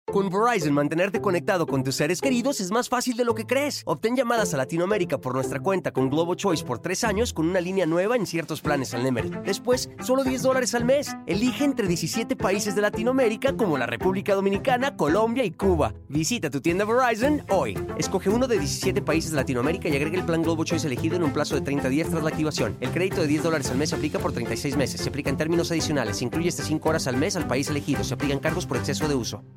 Con Verizon, mantenerte conectado con tus seres queridos es más fácil de lo que crees. Obtén llamadas a Latinoamérica por nuestra cuenta con Globo Choice por 3 años con una línea nueva en ciertos planes al Nemery. Después, solo $10 al mes. Elige entre 17 países de Latinoamérica como la República Dominicana, Colombia y Cuba. Visita tu tienda Verizon hoy. Escoge uno de 17 países de Latinoamérica y agrega el plan Globo Choice elegido en un plazo de 30 días tras la activación. El crédito de $10 al mes se aplica por 36 meses. Se aplica en términos adicionales. Se incluye hasta 5 horas al mes al país elegido. Se aplican cargos por exceso de uso.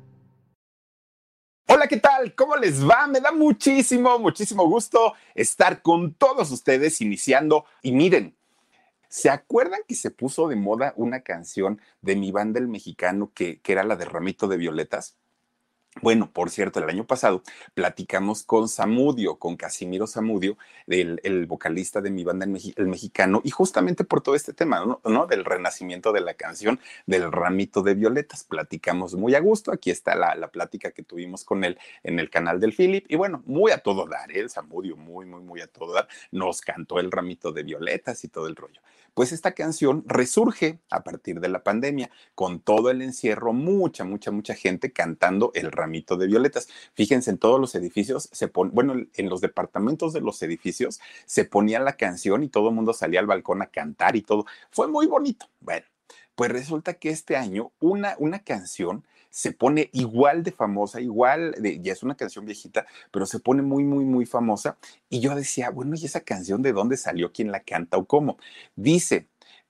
Hola, ¿qué tal? ¿Cómo les va? Me da muchísimo gusto estar con todos ustedes iniciando. Y miren, ¿se acuerdan que se puso de moda una canción de Mi Banda el Mexicano que era la de Ramito de Violetas? Bueno, por cierto, el año pasado platicamos con Zamudio, con Casimiro Zamudio, el vocalista de Mi Banda el Mexicano, y justamente por todo este tema, ¿no? Del renacimiento de la canción del Ramito de Violetas. Platicamos muy a gusto. Aquí está la plática que tuvimos con él en el canal del Philip. Y bueno, muy a todo dar, el Zamudio, muy a todo dar. Nos cantó el Ramito de Violetas y todo el rollo. Pues esta canción resurge a partir de la pandemia, con todo el encierro, mucha gente cantando el Ramito de Violetas. Fíjense, en todos los edificios bueno, en los departamentos de los edificios se ponía la canción y todo el mundo salía al balcón a cantar y todo. Fue muy bonito. Bueno, pues resulta que este año una canción se pone igual de famosa, ya es una canción viejita, pero se pone muy famosa. Y yo decía, bueno, ¿y esa canción de dónde salió? ¿Quién la canta o cómo? Dice,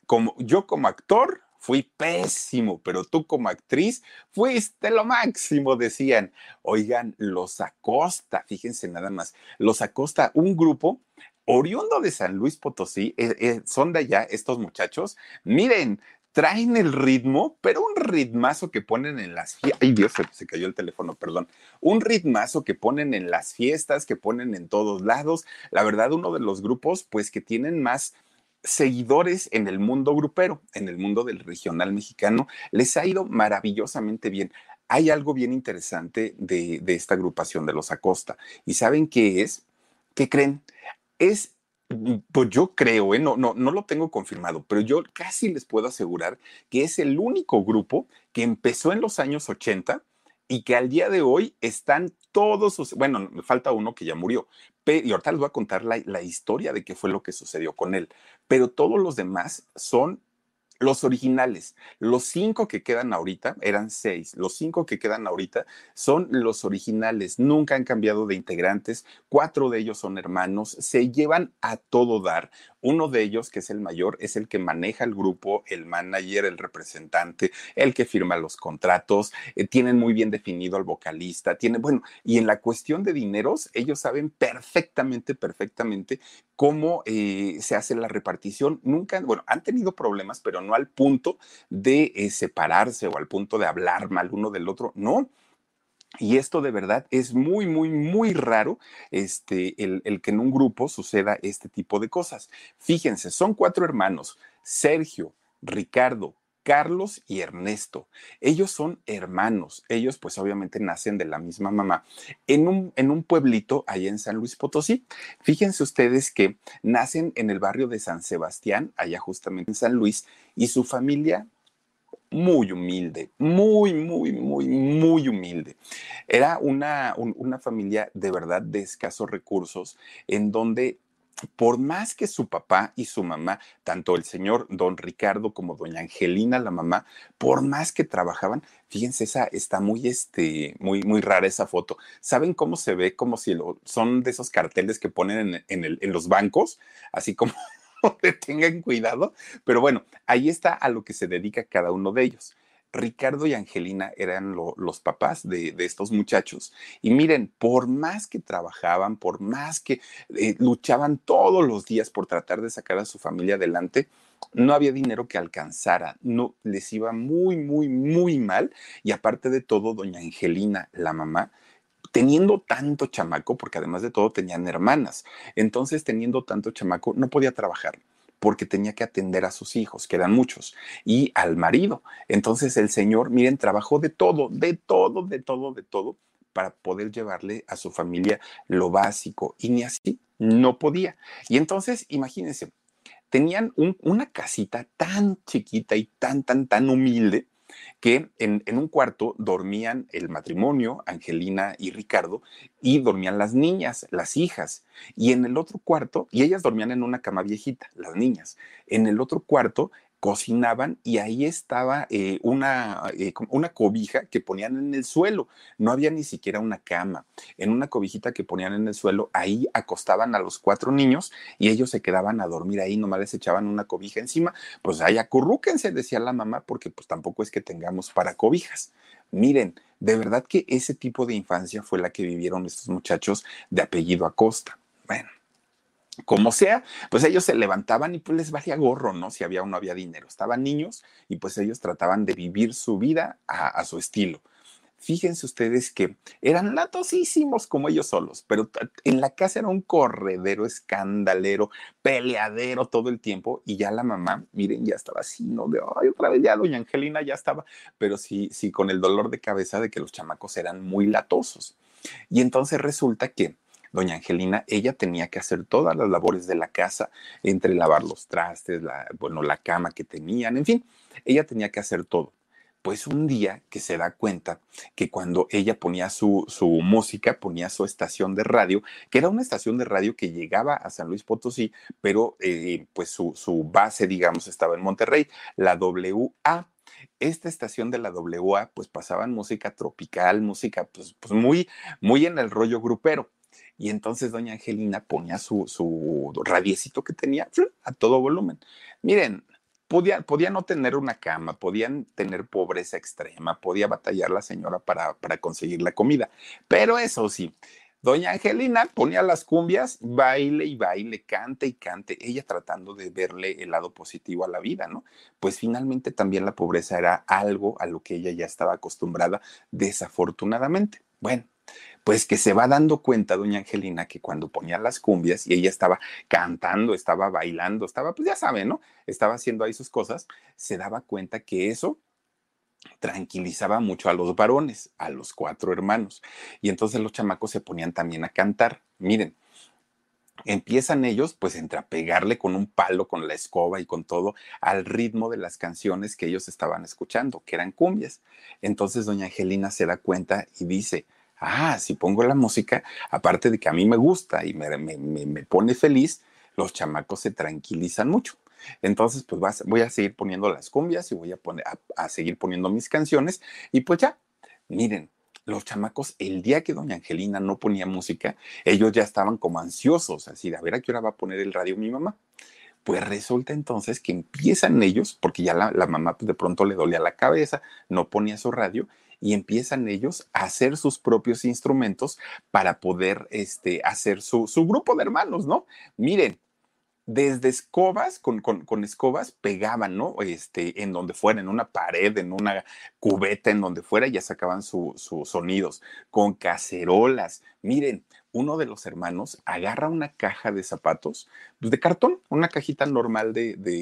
yo como actor fui pésimo, pero tú como actriz fuiste lo máximo, decían. Oigan, los Acosta, fíjense nada más, los Acosta, un grupo oriundo de San Luis Potosí, son de allá estos muchachos. Miren, traen el ritmo, pero un ritmazo que ponen en las fiestas. Ay, Dios, se cayó el teléfono, perdón. Un ritmazo que ponen en las fiestas, que ponen en todos lados. La verdad, uno de los grupos, pues, que tienen más seguidores en el mundo grupero, en el mundo del regional mexicano, les ha ido maravillosamente bien. Hay algo bien interesante de esta agrupación de los Acosta. ¿Y saben qué es? ¿Qué creen? Es, pues yo creo, no lo tengo confirmado, pero yo casi les puedo asegurar que es el único grupo que empezó en los años 80 y que al día de hoy están todos sus, bueno, me falta uno que ya murió, y ahorita les voy a contar la historia de qué fue lo que sucedió con él, pero todos los demás son los originales. Los 5 que quedan ahorita, eran 6, los 5 que quedan ahorita son los originales, nunca han cambiado de integrantes, 4 de ellos son hermanos, se llevan a todo dar. Uno de ellos, que es el mayor, es el que maneja el grupo, el manager, el representante, el que firma los contratos, tienen muy bien definido al vocalista, bueno, y en la cuestión de dineros, ellos saben perfectamente cómo se hace la repartición. Nunca, bueno, han tenido problemas, pero no al punto de separarse o al punto de hablar mal uno del otro, no. Y esto de verdad es muy raro, el que en un grupo suceda este tipo de cosas. Fíjense, son 4 hermanos, Sergio, Ricardo, Carlos y Ernesto. Ellos son hermanos, ellos pues obviamente nacen de la misma mamá en un pueblito allá en San Luis Potosí. Fíjense ustedes que nacen en el barrio de San Sebastián, allá justamente en San Luis, y su familia muy humilde, muy humilde. Era una familia de verdad de escasos recursos, en donde por más que su papá y su mamá, tanto el señor don Ricardo como doña Angelina, la mamá, por más que trabajaban, fíjense, esa está muy rara esa foto. ¿Saben cómo se ve? Como si son de esos carteles que ponen en los bancos, así como que tengan cuidado, pero bueno, ahí está a lo que se dedica cada uno de ellos. Ricardo y Angelina eran los papás de estos muchachos. Y miren, por más que trabajaban, por más que luchaban todos los días por tratar de sacar a su familia adelante, no había dinero que alcanzara. No, les iba muy mal. Y aparte de todo, doña Angelina, la mamá, teniendo tanto chamaco, porque además de todo tenían hermanas, entonces teniendo tanto chamaco no podía trabajar porque tenía que atender a sus hijos, que eran muchos, y al marido. Entonces el señor, miren, trabajó de todo para poder llevarle a su familia lo básico, y ni así no podía. Y entonces, imagínense, tenían una casita tan chiquita y tan humilde, que en un cuarto dormían el matrimonio, Angelina y Ricardo, y dormían las niñas, las hijas. Y en el otro cuarto, y ellas dormían en una cama viejita, las niñas. En el otro cuarto cocinaban y ahí estaba una cobija que ponían en el suelo. No había ni siquiera una cama. En una cobijita que ponían en el suelo, ahí acostaban a los cuatro niños y ellos se quedaban a dormir ahí, nomás les echaban una cobija encima. Pues ahí acurrúquense, decía la mamá, porque pues tampoco es que tengamos para cobijas. Miren, de verdad que ese tipo de infancia fue la que vivieron estos muchachos de apellido Acosta. Bueno, como sea, pues ellos se levantaban y pues les valía gorro, ¿no? Si había o no había dinero. Estaban niños y pues ellos trataban de vivir su vida a su estilo. Fíjense ustedes que eran latosísimos como ellos solos, pero en la casa era un corredero escandalero, peleadero todo el tiempo y ya la mamá, miren, ya estaba así, ¿no? De, ay, otra vez ya doña Angelina ya estaba, pero sí, sí, con el dolor de cabeza de que los chamacos eran muy latosos. Y entonces resulta que doña Angelina, ella tenía que hacer todas las labores de la casa, entre lavar los trastes, bueno, la cama que tenían, en fin, ella tenía que hacer todo. Pues un día que se da cuenta que cuando ella ponía su música, ponía su estación de radio, que era una estación de radio que llegaba a San Luis Potosí, pero pues su base, digamos, estaba en Monterrey, la WA. Esta estación de la WA, pues pasaban música tropical, música pues muy, muy en el rollo grupero. Y entonces doña Angelina ponía su radiecito que tenía a todo volumen. Miren, podía no tener una cama, podían tener pobreza extrema, podía batallar la señora para conseguir la comida. Pero eso sí, doña Angelina ponía las cumbias, baile y baile, cante y cante, ella tratando de verle el lado positivo a la vida, ¿no? Pues finalmente también la pobreza era algo a lo que ella ya estaba acostumbrada, desafortunadamente. Bueno, pues que se va dando cuenta doña Angelina que cuando ponía las cumbias y ella estaba cantando, estaba bailando, estaba, pues ya saben, ¿no? Estaba haciendo ahí sus cosas, se daba cuenta que eso tranquilizaba mucho a los varones, a los cuatro hermanos. Y entonces los chamacos se ponían también a cantar. Miren, empiezan ellos pues entre a pegarle con un palo, con la escoba y con todo al ritmo de las canciones que ellos estaban escuchando, que eran cumbias. Entonces doña Angelina se da cuenta y dice, ah, si pongo la música, aparte de que a mí me gusta y me pone feliz, los chamacos se tranquilizan mucho. Entonces, pues voy a seguir poniendo las cumbias y voy a seguir poniendo mis canciones y pues ya, miren, los chamacos, el día que doña Angelina no ponía música, ellos ya estaban como ansiosos, así de a ver a qué hora va a poner el radio mi mamá. Pues resulta entonces que empiezan ellos, porque ya la mamá pues, de pronto le dolía la cabeza, no ponía su radio, y empiezan ellos a hacer sus propios instrumentos para poder hacer su grupo de hermanos, ¿no? Miren, desde escobas, con escobas pegaban, ¿no? En donde fuera, en una pared, en una cubeta, en donde fuera, ya sacaban sus sonidos, con cacerolas. Miren, uno de los hermanos agarra una caja de zapatos, pues de cartón, una cajita normal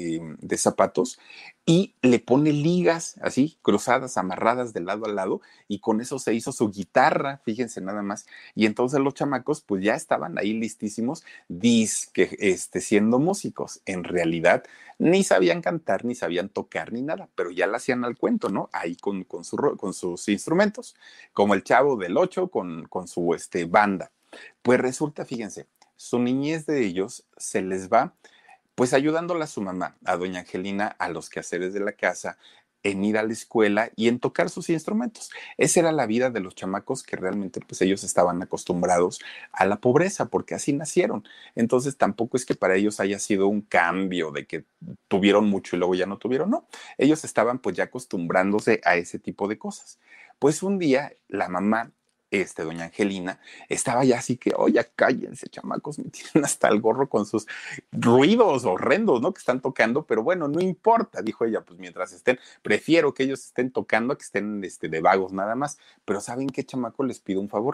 de zapatos, y le pone ligas así, cruzadas, amarradas de lado a lado, y con eso se hizo su guitarra, fíjense nada más. Y entonces los chamacos, pues ya estaban ahí listísimos disque siendo músicos. En realidad ni sabían cantar, ni sabían tocar, ni nada, pero ya la hacían al cuento, ¿no? Ahí con sus instrumentos, como el Chavo del Ocho con su banda. Pues resulta, fíjense, su niñez de ellos se les va pues ayudándola a su mamá, a doña Angelina, a los quehaceres de la casa, en ir a la escuela y en tocar sus instrumentos. Esa era la vida de los chamacos que realmente pues ellos estaban acostumbrados a la pobreza porque así nacieron. Entonces tampoco es que para ellos haya sido un cambio de que tuvieron mucho y luego ya no tuvieron, no. Ellos estaban pues ya acostumbrándose a ese tipo de cosas. Pues un día la mamá doña Angelina, estaba ya así que, oye, cállense, chamacos, me tienen hasta el gorro con sus ruidos horrendos, ¿no? Que están tocando, pero bueno, no importa, dijo ella, pues mientras estén, prefiero que ellos estén tocando a que estén de vagos nada más. Pero ¿saben qué, chamaco? Les pido un favor.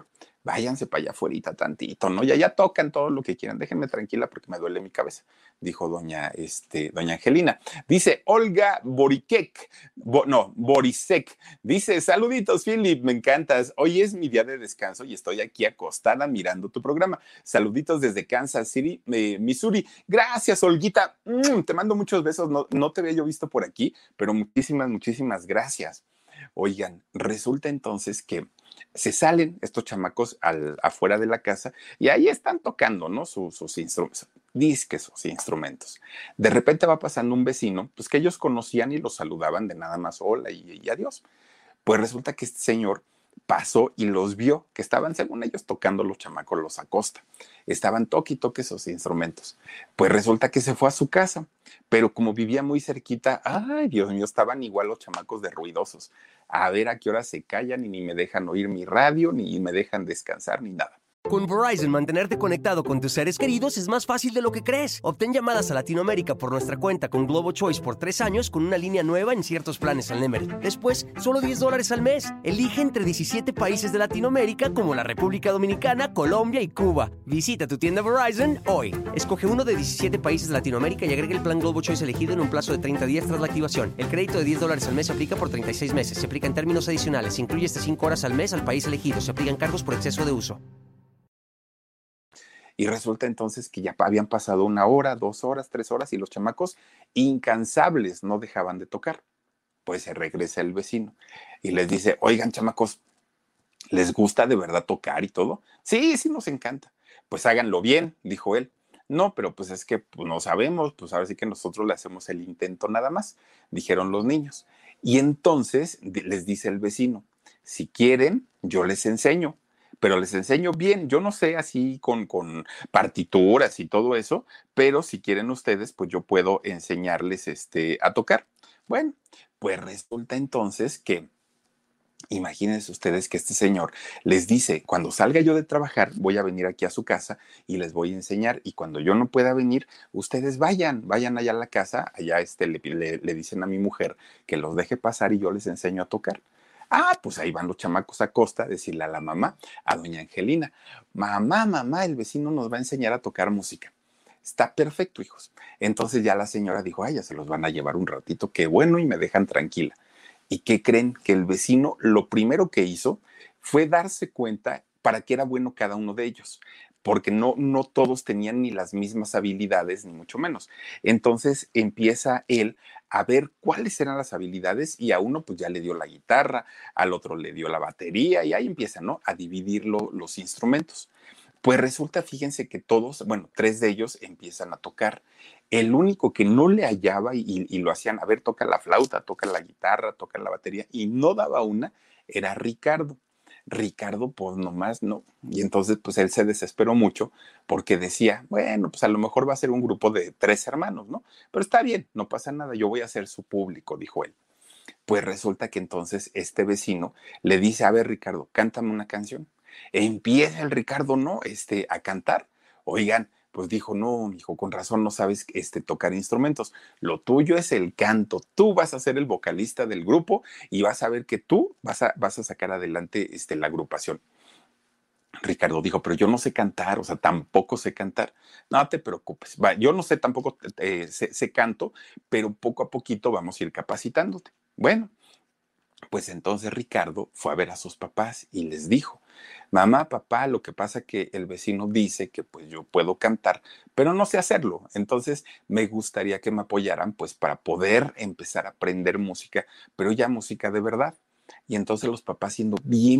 váyanse para allá afuera tantito, ¿no? Ya tocan todo lo que quieran, déjenme tranquila porque me duele mi cabeza, dijo doña Angelina. Dice Olga Borikek, no, Borisek, dice, saluditos, Philip, me encantas. Hoy es mi día de descanso y estoy aquí acostada mirando tu programa. Saluditos desde Kansas City, Missouri. Gracias, Olguita. Te mando muchos besos. No te había yo visto por aquí, pero muchísimas gracias. Oigan, resulta entonces que se salen estos chamacos afuera de la casa y ahí están tocando, ¿no? Sus instrumentos, disque sus instrumentos. De repente va pasando un vecino, pues que ellos conocían y los saludaban de nada más hola y adiós. Pues resulta que este señor pasó y los vio, que estaban, según ellos, tocando los chamacos, los acosta. Estaban toque y toque esos instrumentos. Pues resulta que se fue a su casa, pero como vivía muy cerquita, ay, Dios mío, estaban igual los chamacos de ruidosos. A ver a qué hora se callan y ni me dejan oír mi radio, ni me dejan descansar, ni nada. Con Verizon, mantenerte conectado con tus seres queridos es más fácil de lo que crees. Obtén llamadas a Latinoamérica por nuestra cuenta con Globo Choice por 3 años con una línea nueva en ciertos planes al Nemery. Después, solo $10 al mes. Elige entre 17 países de Latinoamérica como la República Dominicana, Colombia y Cuba. Visita tu tienda Verizon hoy. Escoge uno de 17 países de Latinoamérica y agrega el plan Globo Choice elegido en un plazo de 30 días tras la activación. El crédito de $10 al mes se aplica por 36 meses. Se aplica en términos adicionales. Se incluye hasta 5 horas al mes al país elegido. Se aplican cargos por exceso de uso. Y resulta entonces que ya habían pasado 1 hora, 2 horas, 3 horas y los chamacos incansables no dejaban de tocar. Pues se regresa el vecino y les dice, oigan, chamacos, ¿les gusta de verdad tocar y todo? Sí, sí nos encanta. Pues háganlo bien, dijo él. No, pero pues es que pues, no sabemos, pues ahora sí que nosotros le hacemos el intento nada más, dijeron los niños. Y entonces les dice el vecino, si quieren, yo les enseño, pero les enseño bien, yo no sé así con partituras y todo eso, pero si quieren ustedes, pues yo puedo enseñarles a tocar. Bueno, pues resulta entonces que imagínense ustedes que este señor les dice, cuando salga yo de trabajar, voy a venir aquí a su casa y les voy a enseñar. Y cuando yo no pueda venir, ustedes vayan allá a la casa, allá le dicen a mi mujer que los deje pasar y yo les enseño a tocar. Ah, pues ahí van los chamacos a costa a decirle a la mamá, a doña Angelina, mamá, el vecino nos va a enseñar a tocar música. Está perfecto, hijos. Entonces ya la señora dijo, ay, ya se los van a llevar un ratito, qué bueno, y me dejan tranquila. ¿Y qué creen? Que el vecino lo primero que hizo fue darse cuenta para qué era bueno cada uno de ellos, porque no todos tenían ni las mismas habilidades, ni mucho menos. Entonces empieza él a ver cuáles eran las habilidades y a uno pues ya le dio la guitarra, al otro le dio la batería y ahí empieza, ¿no? A dividir los instrumentos. Pues resulta, fíjense que todos, bueno, 3 de ellos empiezan a tocar. El único que no le hallaba y lo hacían, a ver, toca la flauta, toca la guitarra, toca la batería, y no daba una, era Ricardo. Ricardo, pues nomás no. Y entonces, pues él se desesperó mucho porque decía, bueno, pues a lo mejor va a ser un grupo de 3 hermanos, ¿no? Pero está bien, no pasa nada, yo voy a ser su público, dijo él. Pues resulta que entonces este vecino le dice, a ver, Ricardo, cántame una canción. Empieza el Ricardo, ¿no? A cantar. Oigan, pues dijo, no, hijo, con razón no sabes tocar instrumentos. Lo tuyo es el canto. Tú vas a ser el vocalista del grupo y vas a ver que tú vas a sacar adelante la agrupación. Ricardo dijo, pero yo no sé cantar, o sea, tampoco sé cantar. No te preocupes, yo no sé tampoco, sé canto, pero poco a poquito vamos a ir capacitándote. Bueno, pues entonces Ricardo fue a ver a sus papás y les dijo, mamá, papá, lo que pasa que el vecino dice que pues yo puedo cantar, pero no sé hacerlo. Entonces me gustaría que me apoyaran pues para poder empezar a aprender música, pero ya música de verdad. Y entonces los papás, siendo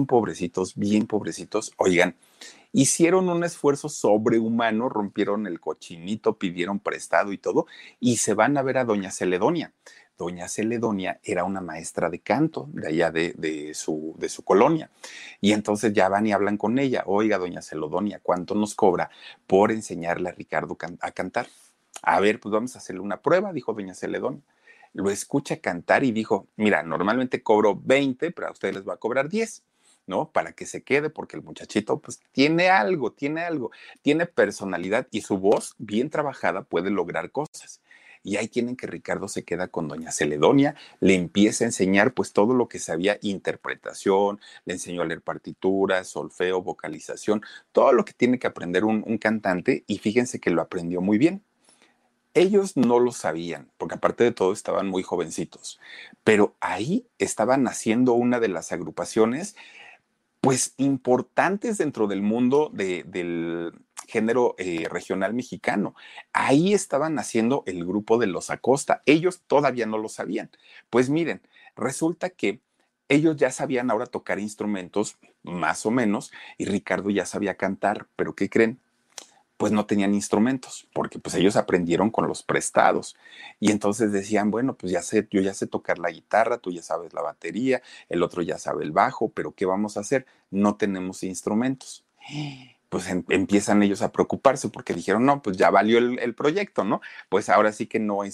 bien pobrecitos, oigan, hicieron un esfuerzo sobrehumano, rompieron el cochinito, pidieron prestado y todo, y se van a ver a doña Celedonia. Doña Celedonia era una maestra de canto de allá de su colonia. Y entonces ya van y hablan con ella. Oiga, doña Celedonia, ¿cuánto nos cobra por enseñarle a Ricardo a cantar? A ver, pues vamos a hacerle una prueba, dijo doña Celedonia. Lo escucha cantar y dijo, mira, normalmente cobro 20, pero a ustedes les va a cobrar 10, ¿no? Para que se quede, porque el muchachito pues tiene personalidad y su voz bien trabajada puede lograr cosas. Y ahí tienen que Ricardo se queda con doña Celedonia, le empieza a enseñar pues todo lo que sabía, interpretación, le enseñó a leer partituras, solfeo, vocalización, todo lo que tiene que aprender un cantante, y fíjense que lo aprendió muy bien. Ellos no lo sabían, porque aparte de todo estaban muy jovencitos, pero ahí estaban naciendo una de las agrupaciones pues importantes dentro del mundo del género regional mexicano. Ahí estaban haciendo el grupo de los Acosta. Ellos todavía no lo sabían. Pues miren, resulta que ellos ya sabían ahora tocar instrumentos, más o menos, y Ricardo ya sabía cantar, pero ¿qué creen? Pues no tenían instrumentos, porque pues ellos aprendieron con los prestados. Y entonces decían, bueno, pues ya sé, yo ya sé tocar la guitarra, tú ya sabes la batería, el otro ya sabe el bajo, pero ¿qué vamos a hacer? No tenemos instrumentos. Pues empiezan ellos a preocuparse porque dijeron, no, pues ya valió el proyecto, ¿no? Pues ahora sí que no,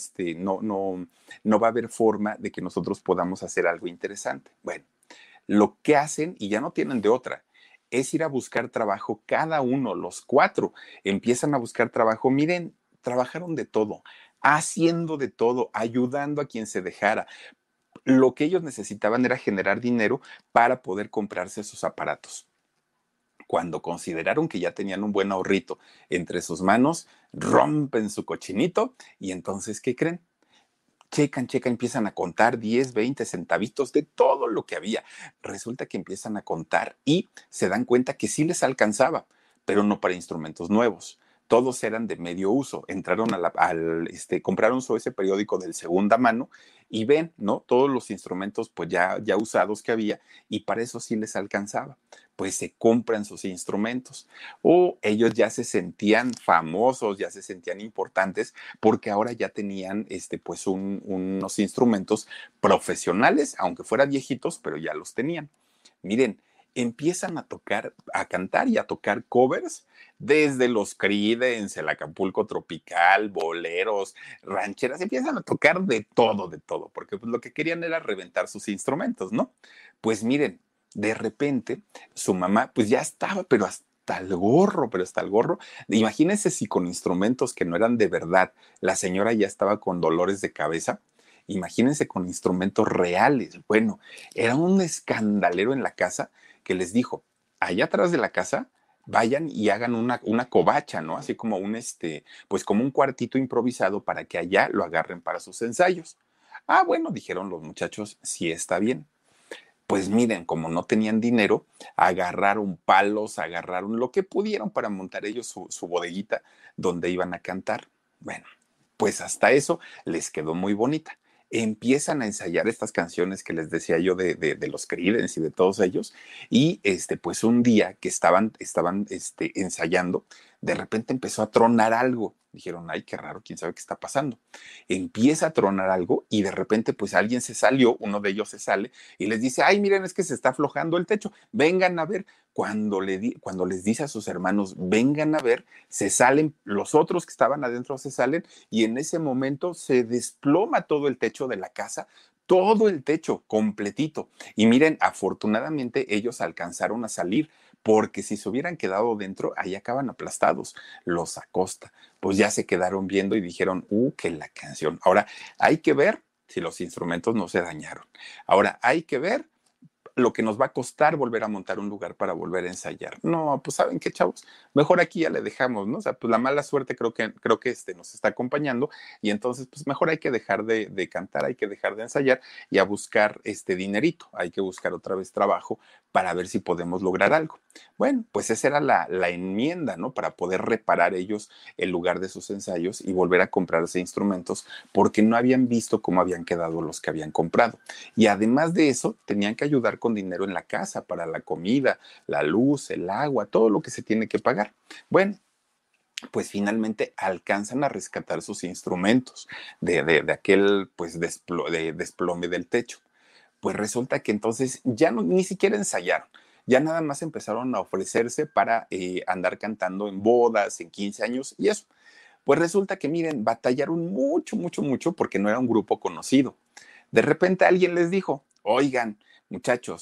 no va a haber forma de que nosotros podamos hacer algo interesante. Bueno, lo que hacen, y ya no tienen de otra, es ir a buscar trabajo cada uno, los cuatro. Empiezan a buscar trabajo. Miren, trabajaron de todo, haciendo de todo, ayudando a quien se dejara. Lo que ellos necesitaban era generar dinero para poder comprarse sus aparatos. Cuando consideraron que ya tenían un buen ahorrito entre sus manos, rompen su cochinito y entonces, ¿qué creen? Checan, empiezan a contar 10, 20 centavitos de todo lo que había. Resulta que empiezan a contar y se dan cuenta que sí les alcanzaba, pero no para instrumentos nuevos. Todos eran de medio uso. Entraron compraron ese periódico del segunda mano y ven, ¿no? Todos los instrumentos pues ya usados que había, y para eso sí les alcanzaba. Pues se compran sus instrumentos. O ellos ya se sentían famosos, ya se sentían importantes, porque ahora ya tenían pues unos instrumentos profesionales, aunque fueran viejitos, pero ya los tenían. Miren, empiezan a tocar, a cantar y a tocar covers desde los Creedence, el Acapulco Tropical, boleros, rancheras, empiezan a tocar de todo, porque pues, lo que querían era reventar sus instrumentos, ¿no? Pues miren, de repente su mamá pues ya estaba, pero hasta el gorro, pero hasta el gorro. Imagínense si con instrumentos que no eran de verdad, la señora ya estaba con dolores de cabeza. Imagínense con instrumentos reales. Bueno, era un escandalero en la casa que les dijo, allá atrás de la casa, vayan y hagan una covacha, ¿no? Así como pues como un cuartito improvisado para que allá lo agarren para sus ensayos. Ah, bueno, dijeron los muchachos, sí está bien. Pues miren, como no tenían dinero, agarraron palos, agarraron lo que pudieron para montar ellos su bodeguita donde iban a cantar. Bueno, pues hasta eso les quedó muy bonita. Empiezan a ensayar estas canciones que les decía yo de los Creedence y de todos ellos, y pues un día que estaban ensayando, de repente empezó a tronar algo. Dijeron, ay, qué raro, quién sabe qué está pasando. Empieza a tronar algo y de repente pues alguien se salió, uno de ellos se sale y les dice, ay, miren, es que se está aflojando el techo, vengan a ver. Cuando les dice a sus hermanos, vengan a ver, se salen, los otros que estaban adentro se salen, y en ese momento se desploma todo el techo de la casa, todo el techo completito. Y miren, afortunadamente ellos alcanzaron a salir, porque si se hubieran quedado dentro, ahí acaban aplastados. Los Acosta, pues ya se quedaron viendo y dijeron, que la canción. Ahora hay que ver si los instrumentos no se dañaron. Ahora hay que ver lo que nos va a costar volver a montar un lugar para volver a ensayar. No, pues ¿saben qué, chavos? Mejor aquí ya le dejamos, ¿no? O sea, pues la mala suerte creo que nos está acompañando, y entonces pues mejor hay que dejar de cantar, hay que dejar de ensayar y a buscar este dinerito, hay que buscar otra vez trabajo para ver si podemos lograr algo. Bueno, pues esa era la enmienda, ¿no? Para poder reparar ellos el lugar de sus ensayos y volver a comprarse instrumentos, porque no habían visto cómo habían quedado los que habían comprado. Y además de eso, tenían que ayudar con dinero en la casa para la comida, la luz, el agua, todo lo que se tiene que pagar. Bueno, pues finalmente alcanzan a rescatar sus instrumentos de aquel pues desplome del techo. Pues resulta que entonces ya no, ni siquiera ensayaron. Ya nada más empezaron a ofrecerse para andar cantando en bodas, en 15 años y eso. Pues resulta que, miren, batallaron mucho, mucho, mucho porque no era un grupo conocido. De repente alguien les dijo, oigan, muchachos,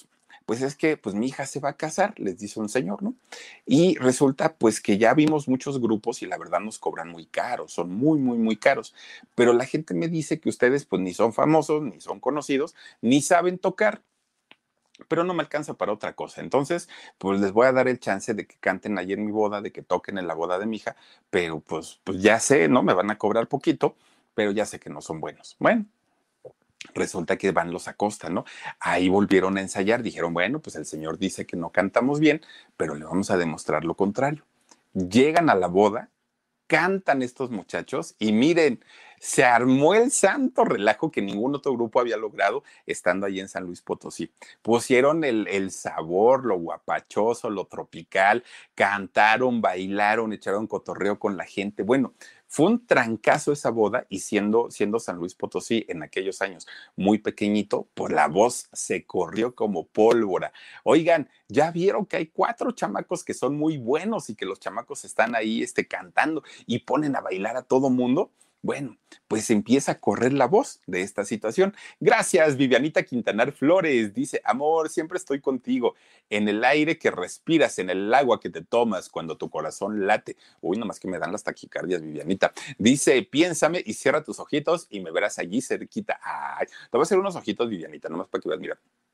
pues es que pues mi hija se va a casar, les dice un señor, ¿no? Y resulta pues que ya vimos muchos grupos y la verdad nos cobran muy caros, son muy, muy, muy caros. Pero la gente me dice que ustedes pues ni son famosos, ni son conocidos, ni saben tocar, pero no me alcanza para otra cosa. Entonces, pues les voy a dar el chance de que canten ahí en mi boda, de que toquen en la boda de mi hija, pero pues ya sé, ¿no? Me van a cobrar poquito, pero ya sé que no son buenos. Bueno, resulta que van los Acosta, ¿no? Ahí volvieron a ensayar, dijeron, bueno, pues el señor dice que no cantamos bien, pero le vamos a demostrar lo contrario. Llegan a la boda, cantan estos muchachos y miren, se armó el santo relajo que ningún otro grupo había logrado estando ahí en San Luis Potosí. Pusieron el sabor, lo guapachoso, lo tropical, cantaron, bailaron, echaron cotorreo con la gente. Bueno, fue un trancazo esa boda y siendo San Luis Potosí en aquellos años muy pequeñito, pues la voz se corrió como pólvora. Oigan, ya vieron que hay 4 chamacos que son muy buenos y que los chamacos están ahí cantando y ponen a bailar a todo mundo. Bueno, pues empieza a correr la voz de esta situación. Gracias, Vivianita Quintanar Flores. Dice, amor, siempre estoy contigo. En el aire que respiras, en el agua que te tomas cuando tu corazón late. Uy, nomás que me dan las taquicardias, Vivianita. Dice, piénsame y cierra tus ojitos y me verás allí cerquita. Ay, te voy a hacer unos ojitos, Vivianita, nomás para que veas, mira.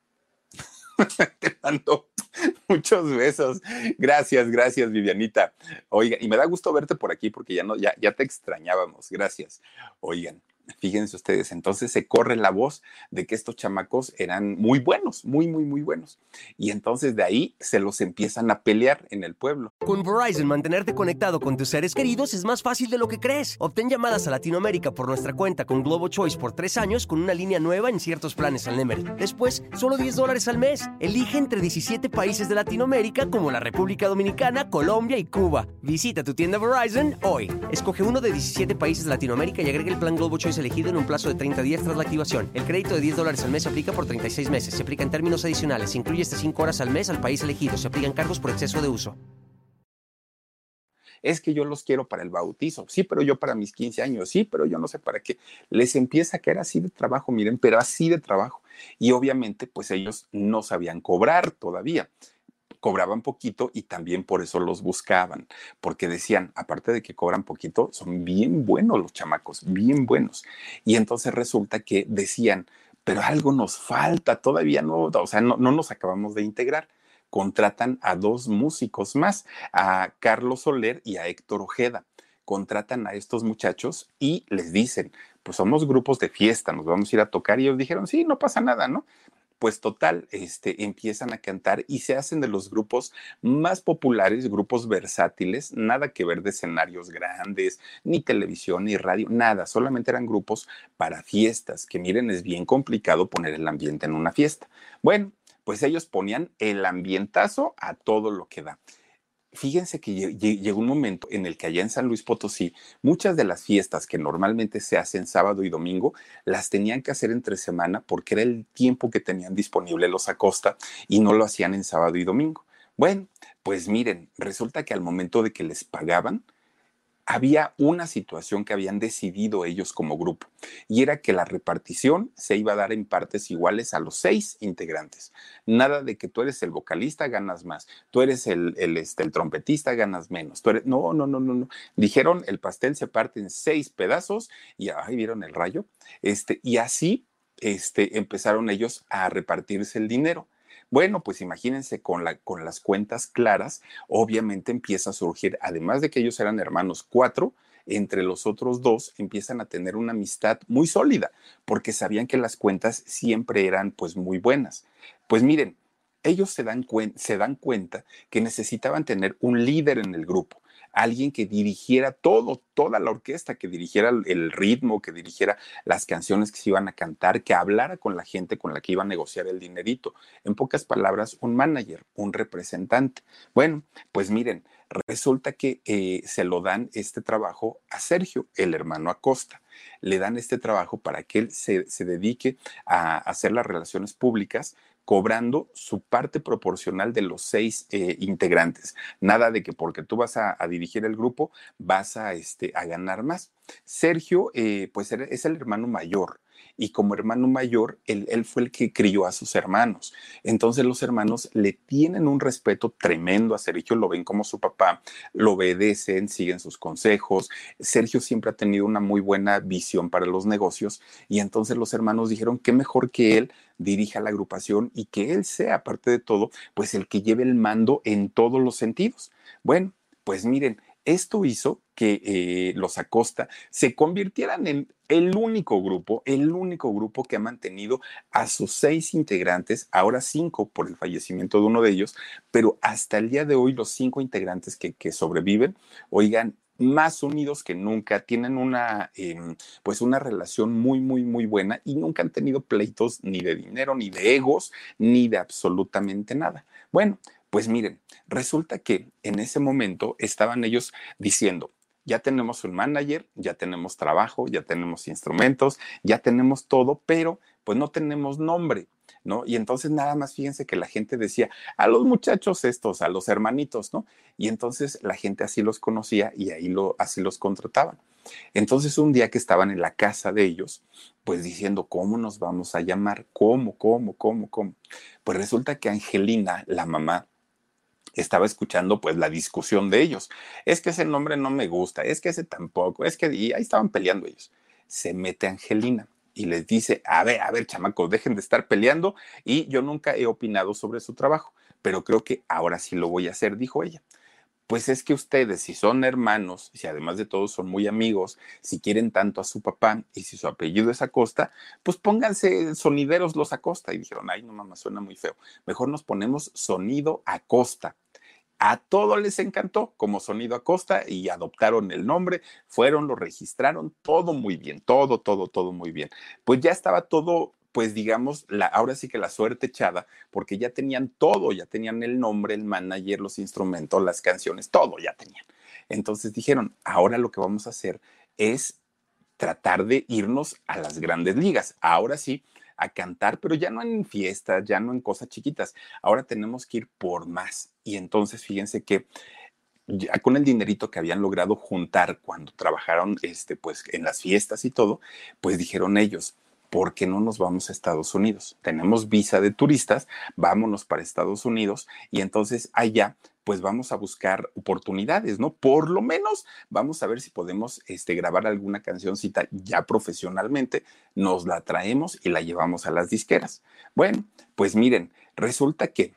Te mando muchos besos. Gracias, gracias, Vivianita. Oigan, y me da gusto verte por aquí porque ya te extrañábamos. Gracias. Oigan, fíjense ustedes, entonces se corre la voz de que estos chamacos eran muy buenos, muy, muy, muy buenos. Y entonces de ahí se los empiezan a pelear en el pueblo. Con Verizon, mantenerte conectado con tus seres queridos es más fácil de lo que crees. Obtén llamadas a Latinoamérica por nuestra cuenta con Globo Choice por 3 años con una línea nueva en ciertos planes al Nemery. Después, solo $10 al mes. Elige entre 17 países de Latinoamérica como la República Dominicana, Colombia y Cuba. Visita tu tienda Verizon hoy. Escoge uno de 17 países de Latinoamérica y agrega el plan Globo Choice elegido en un plazo de 30 días tras la activación. El crédito de $10 al mes se aplica por 36 meses. Se aplica en términos adicionales. Se incluye hasta 5 horas al mes al país elegido. Se aplican cargos por exceso de uso. Es que yo los quiero para el bautizo, sí, pero yo para mis 15 años, sí, pero yo no sé para qué. Les empieza a caer así de trabajo, miren, pero así de trabajo. Y obviamente, pues ellos no sabían cobrar todavía. Cobraban poquito y también por eso los buscaban, porque decían, aparte de que cobran poquito, son bien buenos los chamacos, bien buenos. Y entonces resulta que decían, pero algo nos falta, todavía no, o sea, no nos acabamos de integrar. Contratan a 2 músicos más, a Carlos Soler y a Héctor Ojeda. Contratan a estos muchachos y les dicen, pues somos grupos de fiesta, nos vamos a ir a tocar. Y ellos dijeron, sí, no pasa nada, ¿no? Pues total, empiezan a cantar y se hacen de los grupos más populares, grupos versátiles, nada que ver de escenarios grandes, ni televisión, ni radio, nada, solamente eran grupos para fiestas, que miren, es bien complicado poner el ambiente en una fiesta. Bueno, pues ellos ponían el ambientazo a todo lo que da. Fíjense que llegó un momento en el que allá en San Luis Potosí, muchas de las fiestas que normalmente se hacen sábado y domingo, las tenían que hacer entre semana porque era el tiempo que tenían disponible los Acosta y no lo hacían en sábado y domingo. Bueno, pues miren, resulta que al momento de que les pagaban, había una situación que habían decidido ellos como grupo y era que la repartición se iba a dar en partes iguales a los 6 integrantes. Nada de que tú eres el vocalista, ganas más, tú eres el trompetista, ganas menos. No, no, no, no, no. Dijeron, el pastel se parte en 6 pedazos y ahí vieron el rayo. Y así empezaron ellos a repartirse el dinero. Bueno, pues imagínense con las cuentas claras, obviamente empieza a surgir, además de que ellos eran hermanos 4, entre los otros 2 empiezan a tener una amistad muy sólida, porque sabían que las cuentas siempre eran pues muy buenas. Pues miren, ellos se dan cuenta que necesitaban tener un líder en el grupo, alguien que dirigiera toda la orquesta, que dirigiera el ritmo, que dirigiera las canciones que se iban a cantar, que hablara con la gente con la que iba a negociar el dinerito. En pocas palabras, un manager, un representante. Bueno, pues miren, resulta que se lo dan este trabajo a Sergio, el hermano Acosta. Le dan este trabajo para que él se dedique a hacer las relaciones públicas, cobrando su parte proporcional de los 6 integrantes. Nada de que porque tú vas a dirigir el grupo vas a ganar más. Sergio, pues es el hermano mayor. Y como hermano mayor, él fue el que crió a sus hermanos. Entonces los hermanos le tienen un respeto tremendo a Sergio, lo ven como su papá, lo obedecen, siguen sus consejos. Sergio siempre ha tenido una muy buena visión para los negocios y entonces los hermanos dijeron que mejor que él dirija la agrupación y que él sea, aparte de todo, pues el que lleve el mando en todos los sentidos. Bueno, pues miren, esto hizo que los Acosta se convirtieran en el único grupo que ha mantenido a sus 6 integrantes, ahora 5 por el fallecimiento de uno de ellos, pero hasta el día de hoy los 5 integrantes que sobreviven, oigan, más unidos que nunca, tienen pues una relación muy, muy, muy buena y nunca han tenido pleitos ni de dinero, ni de egos, ni de absolutamente nada. Bueno, pues miren, resulta que en ese momento estaban ellos diciendo, ya tenemos un manager, ya tenemos trabajo, ya tenemos instrumentos, ya tenemos todo, pero pues no tenemos nombre, ¿no? Y entonces nada más fíjense que la gente decía, a los muchachos estos, a los hermanitos, ¿no? Y entonces la gente así los conocía y así los contrataban. Entonces un día que estaban en la casa de ellos, pues diciendo, ¿cómo nos vamos a llamar? ¿Cómo? Pues resulta que Angelina, la mamá, estaba escuchando pues la discusión de ellos. Es que ese nombre no me gusta, es que ese tampoco, es que, y ahí estaban peleando ellos. Se mete Angelina y les dice, a ver, chamacos, dejen de estar peleando y yo nunca he opinado sobre su trabajo, pero creo que ahora sí lo voy a hacer, dijo ella. Pues es que ustedes, si son hermanos, si además de todo son muy amigos, si quieren tanto a su papá y si su apellido es Acosta, pues pónganse sonideros los Acosta. Y dijeron, ay, no, mamá, suena muy feo. Mejor nos ponemos Sonido Acosta. A todos les encantó como Sonido Acosta y adoptaron el nombre, fueron, lo registraron, todo muy bien, todo muy bien. Pues ya estaba todo, pues digamos, ahora sí que la suerte echada, porque ya tenían todo, ya tenían el nombre, el manager, los instrumentos, las canciones, todo ya tenían. Entonces dijeron, ahora lo que vamos a hacer es tratar de irnos a las grandes ligas. Ahora sí, a cantar, pero ya no en fiestas, ya no en cosas chiquitas. Ahora tenemos que ir por más. Y entonces fíjense que ya con el dinerito que habían logrado juntar cuando trabajaron pues en las fiestas y todo, pues dijeron ellos, ¿por qué no nos vamos a Estados Unidos? Tenemos visa de turistas, vámonos para Estados Unidos y entonces allá pues vamos a buscar oportunidades, ¿no? Por lo menos vamos a ver si podemos grabar alguna cancioncita ya profesionalmente, nos la traemos y la llevamos a las disqueras. Bueno, pues miren, resulta que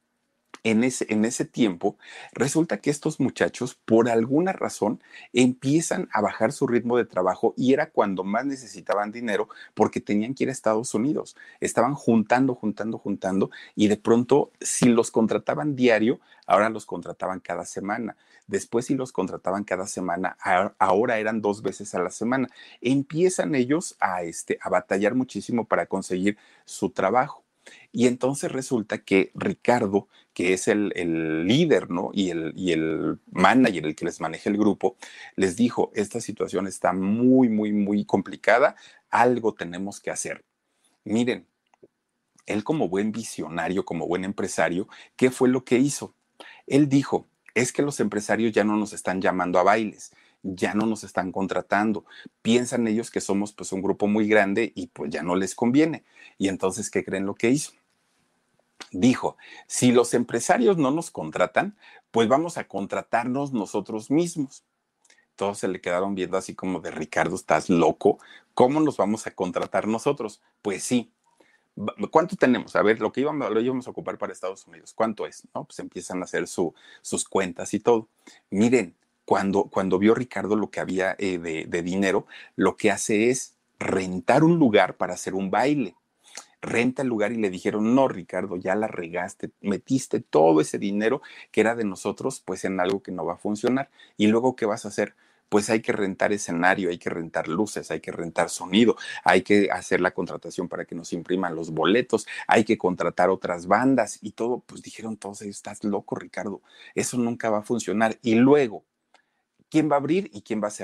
en ese tiempo, resulta que estos muchachos, por alguna razón, empiezan a bajar su ritmo de trabajo y era cuando más necesitaban dinero porque tenían que ir a Estados Unidos. Estaban juntando y de pronto, si los contrataban diario, ahora los contrataban cada semana. Después, si los contrataban cada semana, ahora eran 2 veces a la semana. Empiezan ellos a batallar muchísimo para conseguir su trabajo. Y entonces resulta que Ricardo, que es el líder, ¿no? Y el manager, el que les maneja el grupo, les dijo, esta situación está muy complicada, algo tenemos que hacer. Miren, él como buen visionario, como buen empresario, ¿qué fue lo que hizo? Él dijo, es que los empresarios ya no nos están llamando a bailes, ya no nos están contratando. Piensan ellos que somos pues un grupo muy grande y pues ya no les conviene. Y entonces, ¿qué creen lo que hizo? Dijo, si los empresarios no nos contratan, pues vamos a contratarnos nosotros mismos. Todos se le quedaron viendo así como de Ricardo, ¿estás loco? ¿Cómo nos vamos a contratar nosotros? Pues sí. ¿Cuánto tenemos? A ver, lo íbamos a ocupar para Estados Unidos. ¿Cuánto es? ¿No? Pues empiezan a hacer sus cuentas y todo. Miren, cuando vio Ricardo lo que había de dinero, lo que hace es rentar un lugar para hacer un baile. Renta el lugar y le dijeron, no, Ricardo, ya la regaste, metiste todo ese dinero que era de nosotros, pues en algo que no va a funcionar. ¿Y luego qué vas a hacer? Pues hay que rentar escenario, hay que rentar luces, hay que rentar sonido, hay que hacer la contratación para que nos impriman los boletos, hay que contratar otras bandas y todo. Pues dijeron todos ellos, estás loco, Ricardo, eso nunca va a funcionar. Y luego, ¿quién va a abrir y quién va a cerrar?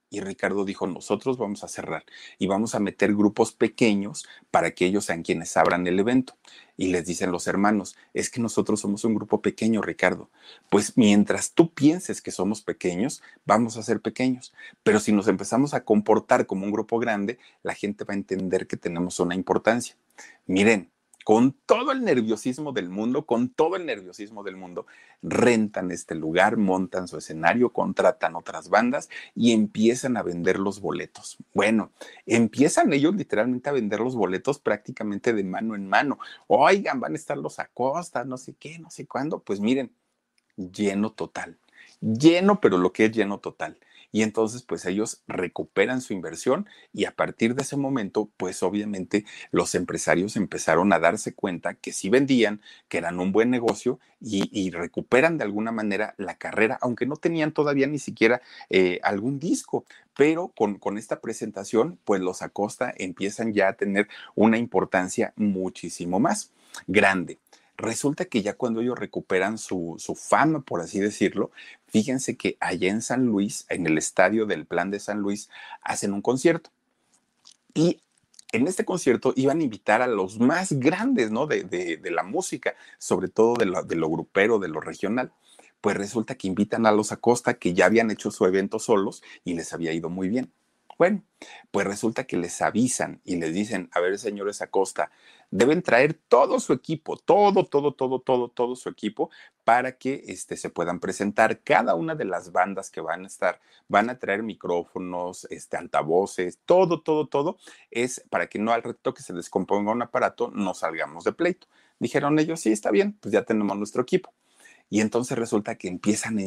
Y Ricardo dijo, nosotros vamos a cerrar y vamos a meter grupos pequeños para que ellos sean quienes abran el evento. Y les dicen los hermanos, es que nosotros somos un grupo pequeño, Ricardo. Pues mientras tú pienses que somos pequeños, vamos a ser pequeños. Pero si nos empezamos a comportar como un grupo grande, la gente va a entender que tenemos una importancia. Miren, con todo el nerviosismo del mundo, con todo el nerviosismo del mundo, rentan este lugar, montan su escenario, contratan otras bandas y empiezan a vender los boletos. Bueno, empiezan ellos literalmente a vender los boletos prácticamente de mano en mano. Oigan, van a estar los Acosta, no sé qué, no sé cuándo. Pues miren, lleno total. Lleno, pero lo que es lleno total. Y entonces, pues ellos recuperan su inversión y a partir de ese momento, pues obviamente los empresarios empezaron a darse cuenta que sí vendían, que eran un buen negocio y recuperan de alguna manera la carrera, aunque no tenían todavía ni siquiera algún disco, pero con esta presentación, pues los Acosta empiezan ya a tener una importancia muchísimo más grande. Resulta que ya cuando ellos recuperan su fama, por así decirlo, fíjense que allá en San Luis, en el estadio del Plan de San Luis, hacen un concierto. Y en este concierto iban a invitar a los más grandes, ¿no? De la música, sobre todo de lo grupero, de lo regional. Pues resulta que invitan a los Acosta, que ya habían hecho su evento solos y les había ido muy bien. Bueno, pues resulta que les avisan y les dicen, a ver, señores Acosta, deben traer todo su equipo, todo su equipo para que se puedan presentar. Cada una de las bandas que van a estar, van a traer micrófonos, altavoces, todo, es para que no al reto que se descomponga un aparato, no salgamos de pleito. Dijeron ellos, sí, está bien, pues ya tenemos nuestro equipo. Y entonces resulta que empiezan a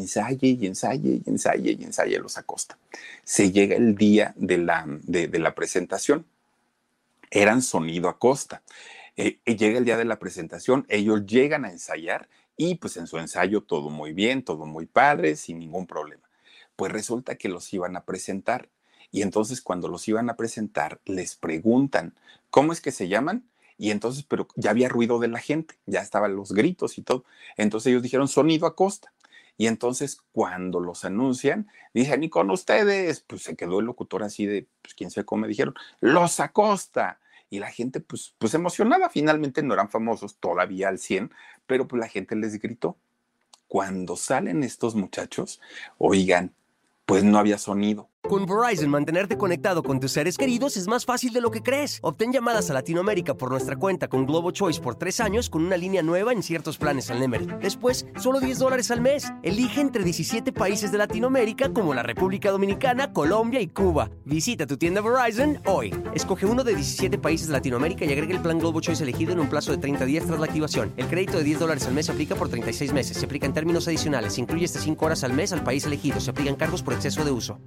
ensaye los Acosta. Se llega el día de la presentación. Eran sonido Acosta. Llega el día de la presentación, ellos llegan a ensayar y pues en su ensayo todo muy bien, todo muy padre, sin ningún problema. Pues resulta que los iban a presentar y entonces cuando los iban a presentar les preguntan, ¿cómo es que se llaman? Y entonces, pero ya había ruido de la gente, ya estaban los gritos y todo. Entonces ellos dijeron sonido Acosta. Y entonces cuando los anuncian, dicen, y con ustedes, pues se quedó el locutor así de, pues quién sabe cómo me dijeron, los Acosta. Y la gente, pues emocionada, finalmente no eran famosos todavía al 100, pero pues la gente les gritó. Cuando salen estos muchachos, oigan, pues no había sonido. Con Verizon, mantenerte conectado con tus seres queridos es más fácil de lo que crees. Obtén llamadas a Latinoamérica por nuestra cuenta con Globo Choice por 3 años con una línea nueva en ciertos planes al Nemery. Después, solo $10 al mes. Elige entre 17 países de Latinoamérica como la República Dominicana, Colombia y Cuba. Visita tu tienda Verizon hoy. Escoge uno de 17 países de Latinoamérica y agrega el plan Globo Choice elegido en un plazo de 30 días tras la activación. El crédito de $10 al mes se aplica por 36 meses. Se aplica en términos adicionales. Se incluye hasta 5 horas al mes al país elegido. Se aplican cargos por exceso de uso.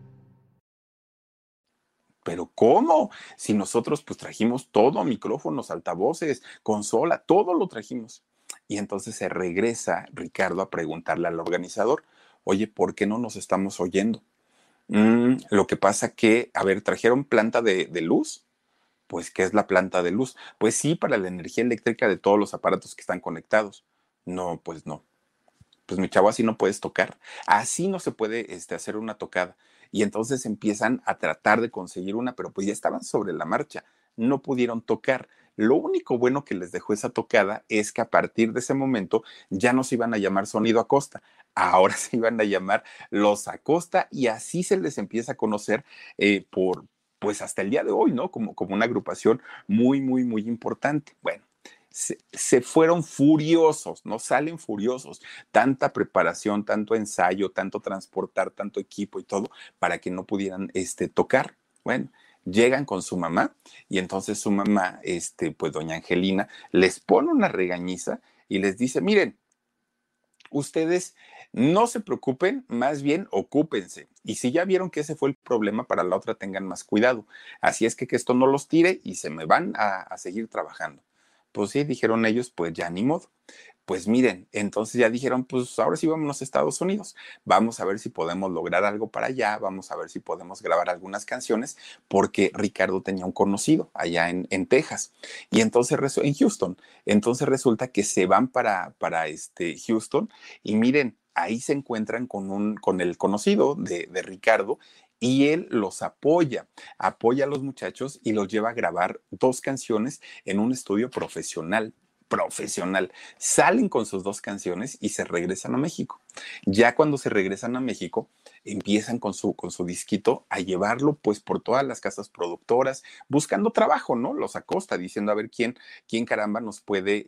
Pero ¿cómo? Si nosotros pues trajimos todo, micrófonos, altavoces, consola, todo lo trajimos. Y entonces se regresa Ricardo a preguntarle al organizador, oye, ¿por qué no nos estamos oyendo? Lo que pasa que, a ver, ¿trajeron planta de luz? Pues, ¿qué es la planta de luz? Pues sí, para la energía eléctrica de todos los aparatos que están conectados. No, pues no. Pues mi chavo, así no puedes tocar, así no se puede hacer una tocada. Y entonces empiezan a tratar de conseguir una, pero pues ya estaban sobre la marcha, no pudieron tocar. Lo único bueno que les dejó esa tocada es que a partir de ese momento ya no se iban a llamar Sonido Acosta, ahora se iban a llamar Los Acosta y así se les empieza a conocer pues hasta el día de hoy, ¿no? Como una agrupación muy importante. Bueno, se fueron furiosos, no salen furiosos. Tanta preparación, tanto ensayo, tanto transportar, tanto equipo y todo para que no pudieran tocar. Bueno, llegan con su mamá y entonces su mamá, pues doña Angelina, les pone una regañiza y les dice, miren, ustedes no se preocupen, más bien ocúpense. Y si ya vieron que ese fue el problema, para la otra tengan más cuidado. Así es que esto no los tire y se me van a seguir trabajando. Pues sí, dijeron ellos, pues ya ni modo. Pues miren, entonces ya dijeron, pues ahora sí vámonos a Estados Unidos. Vamos a ver si podemos lograr algo para allá, vamos a ver si podemos grabar algunas canciones, porque Ricardo tenía un conocido allá en Texas. Y entonces, en Houston. Entonces resulta que se van para Houston y miren, ahí se encuentran con el conocido de Ricardo y él los apoya a los muchachos y los lleva a grabar 2 canciones en un estudio profesional. Salen con sus 2 canciones y se regresan a México. Ya cuando se regresan a México, empiezan con su disquito a llevarlo pues por todas las casas productoras, buscando trabajo, ¿no? Los acosta, diciendo a ver quién caramba nos puede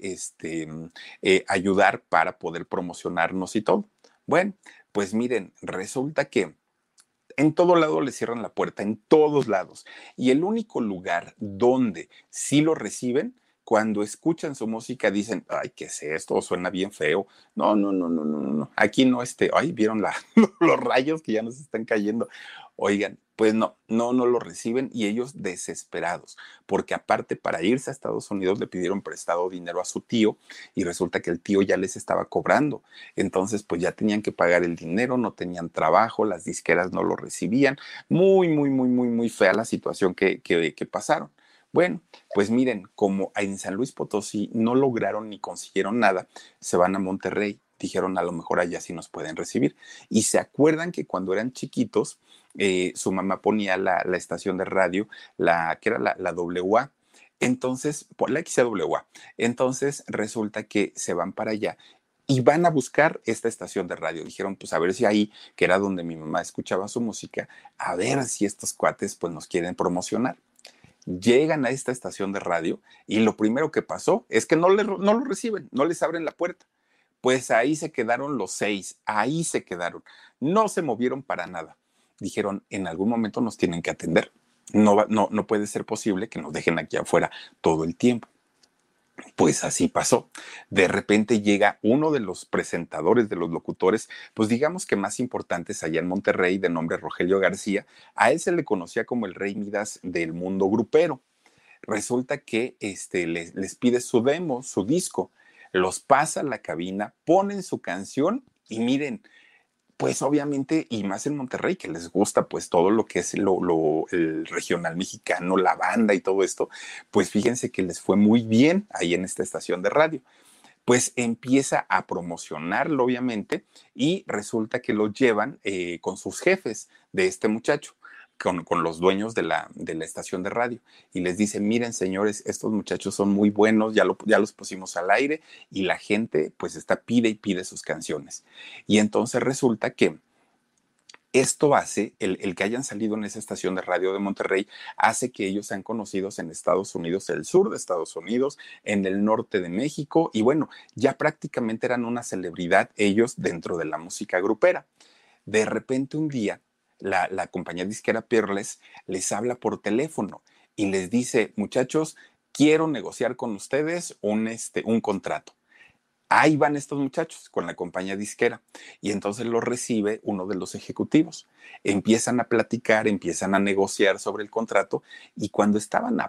ayudar para poder promocionarnos y todo. Bueno, pues miren, resulta que en todo lado le cierran la puerta, en todos lados. Y el único lugar donde sí lo reciben, cuando escuchan su música, dicen, ay, ¿qué es esto? Suena bien feo. No, no, no, no, no, no, no. Aquí no, ay, vieron los rayos que ya nos están cayendo. Oigan, pues no lo reciben y ellos desesperados, porque aparte para irse a Estados Unidos le pidieron prestado dinero a su tío y resulta que el tío ya les estaba cobrando. Entonces, pues ya tenían que pagar el dinero, no tenían trabajo, las disqueras no lo recibían. Muy, muy, muy, muy, muy fea la situación que pasaron. Bueno, pues miren, como en San Luis Potosí no lograron ni consiguieron nada, se van a Monterrey. Dijeron, a lo mejor allá sí nos pueden recibir. Y se acuerdan que cuando eran chiquitos, su mamá ponía la estación de radio, que era la WA. Entonces, por la XWA. Entonces resulta que se van para allá y van a buscar esta estación de radio. Dijeron, pues a ver si ahí, que era donde mi mamá escuchaba su música, a ver si estos cuates pues nos quieren promocionar. Llegan a esta estación de radio y lo primero que pasó es que no lo reciben, no les abren la puerta. Pues ahí se quedaron los 6, ahí se quedaron, no se movieron para nada. Dijeron, en algún momento nos tienen que atender. No puede ser posible que nos dejen aquí afuera todo el tiempo. Pues así pasó. De repente llega uno de los presentadores, de los locutores, pues digamos que más importantes allá en Monterrey, de nombre Rogelio García. A él se le conocía como el Rey Midas del mundo grupero. Resulta que les pide su demo, su disco, los pasa a la cabina, ponen su canción y miren, pues obviamente, y más en Monterrey, que les gusta pues todo lo que es el regional mexicano, la banda y todo esto, pues fíjense que les fue muy bien ahí en esta estación de radio. Pues empieza a promocionarlo, obviamente, y resulta que lo llevan con sus jefes de este muchacho. Con los dueños de la estación de radio y les dice, miren señores, estos muchachos son muy buenos, ya los pusimos al aire y la gente pues pide y pide sus canciones. Y entonces resulta que esto hace, el que hayan salido en esa estación de radio de Monterrey, hace que ellos sean conocidos en Estados Unidos, el sur de Estados Unidos, en el norte de México, y bueno, ya prácticamente eran una celebridad ellos dentro de la música grupera. De repente un día, la compañía disquera Peerless les habla por teléfono y les dice, muchachos, quiero negociar con ustedes un contrato. Ahí van estos muchachos con la compañía disquera y entonces los recibe uno de los ejecutivos. Empiezan a platicar, empiezan a negociar sobre el contrato y cuando estaban